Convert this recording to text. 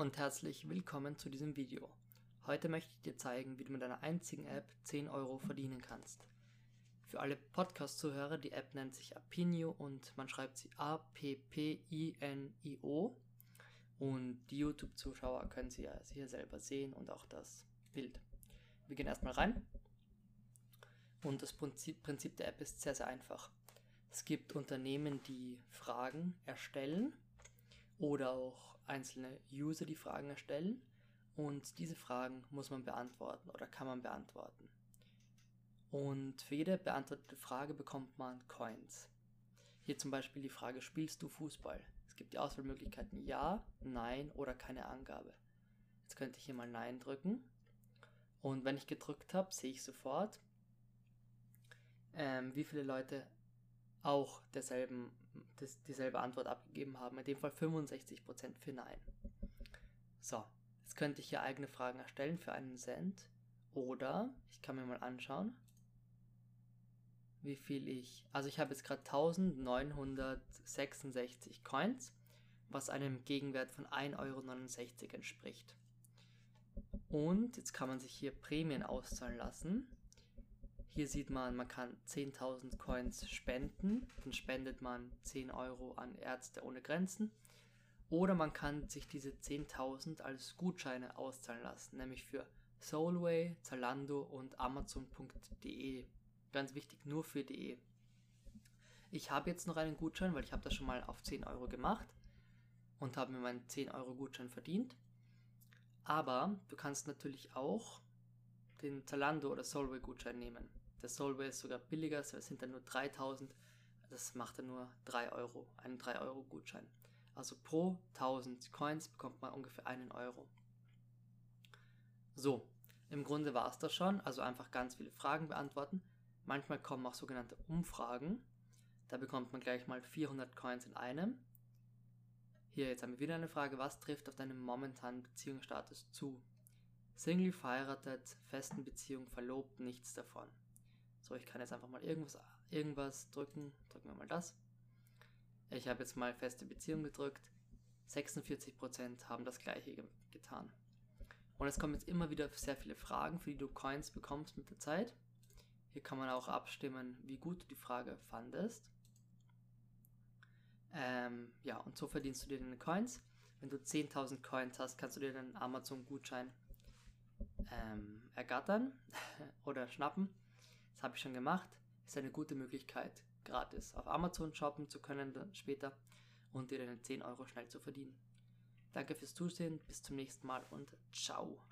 und herzlich willkommen zu diesem Video. Heute möchte ich dir zeigen, wie du mit einer einzigen App 10 Euro verdienen kannst. Für alle Podcast-Zuhörer, die App nennt sich Apinio und man schreibt sie A-P-P-I-N-I-O, und die YouTube-Zuschauer können sie ja hier selber sehen und auch das Bild. Wir gehen erstmal rein und das Prinzip der App ist sehr, sehr einfach. Es gibt Unternehmen, die Fragen erstellen oder auch einzelne User, die Fragen erstellen, und diese Fragen muss man beantworten oder kann man beantworten. Und für jede beantwortete Frage bekommt man Coins. Hier zum Beispiel die Frage: Spielst du Fußball? Es gibt die Auswahlmöglichkeiten Ja, Nein oder keine Angabe. Jetzt könnte ich hier mal Nein drücken, und wenn ich gedrückt habe, sehe ich sofort, wie viele Leute auch dieselbe Antwort abgegeben haben. In dem Fall 65% für Nein. So, jetzt könnte ich hier eigene Fragen erstellen für einen Cent. Oder ich kann mir mal anschauen, wie viel ich habe jetzt gerade 1966 Coins, was einem Gegenwert von 1,69 € entspricht. Und jetzt kann man sich hier Prämien auszahlen lassen. Hier sieht man, man kann 10.000 Coins spenden, dann spendet man 10 Euro an Ärzte ohne Grenzen. Oder man kann sich diese 10.000 als Gutscheine auszahlen lassen, nämlich für Solway, Zalando und Amazon.de. Ganz wichtig, nur für .de. Ich habe jetzt noch einen Gutschein, weil ich habe das schon mal auf 10 Euro gemacht und habe mir meinen 10 Euro Gutschein verdient. Aber du kannst natürlich auch den Zalando oder Solway Gutschein nehmen. Der Solway ist sogar billiger, es sind dann nur 3.000, das macht dann nur 3 Euro, einen 3 Euro Gutschein. Also pro 1000 Coins bekommt man ungefähr 1 Euro. So, im Grunde war es das schon, also einfach ganz viele Fragen beantworten. Manchmal kommen auch sogenannte Umfragen, da bekommt man gleich mal 400 Coins in einem. Hier, jetzt haben wir wieder eine Frage: Was trifft auf deinen momentanen Beziehungsstatus zu? Single, verheiratet, festen Beziehung, verlobt, nichts davon. So, ich kann jetzt einfach mal irgendwas drücken. Drücken wir mal das. Ich habe jetzt mal feste Beziehung gedrückt. 46% haben das gleiche getan. Und es kommen jetzt immer wieder sehr viele Fragen, für die du Coins bekommst mit der Zeit. Hier kann man auch abstimmen, wie gut du die Frage fandest. Und so verdienst du dir deine Coins. Wenn du 10.000 Coins hast, kannst du dir einen Amazon-Gutschein ergattern oder schnappen. Das habe ich schon gemacht. Ist eine gute Möglichkeit, gratis auf Amazon shoppen zu können dann später und dir deine 10 Euro schnell zu verdienen. Danke fürs Zusehen, bis zum nächsten Mal und ciao.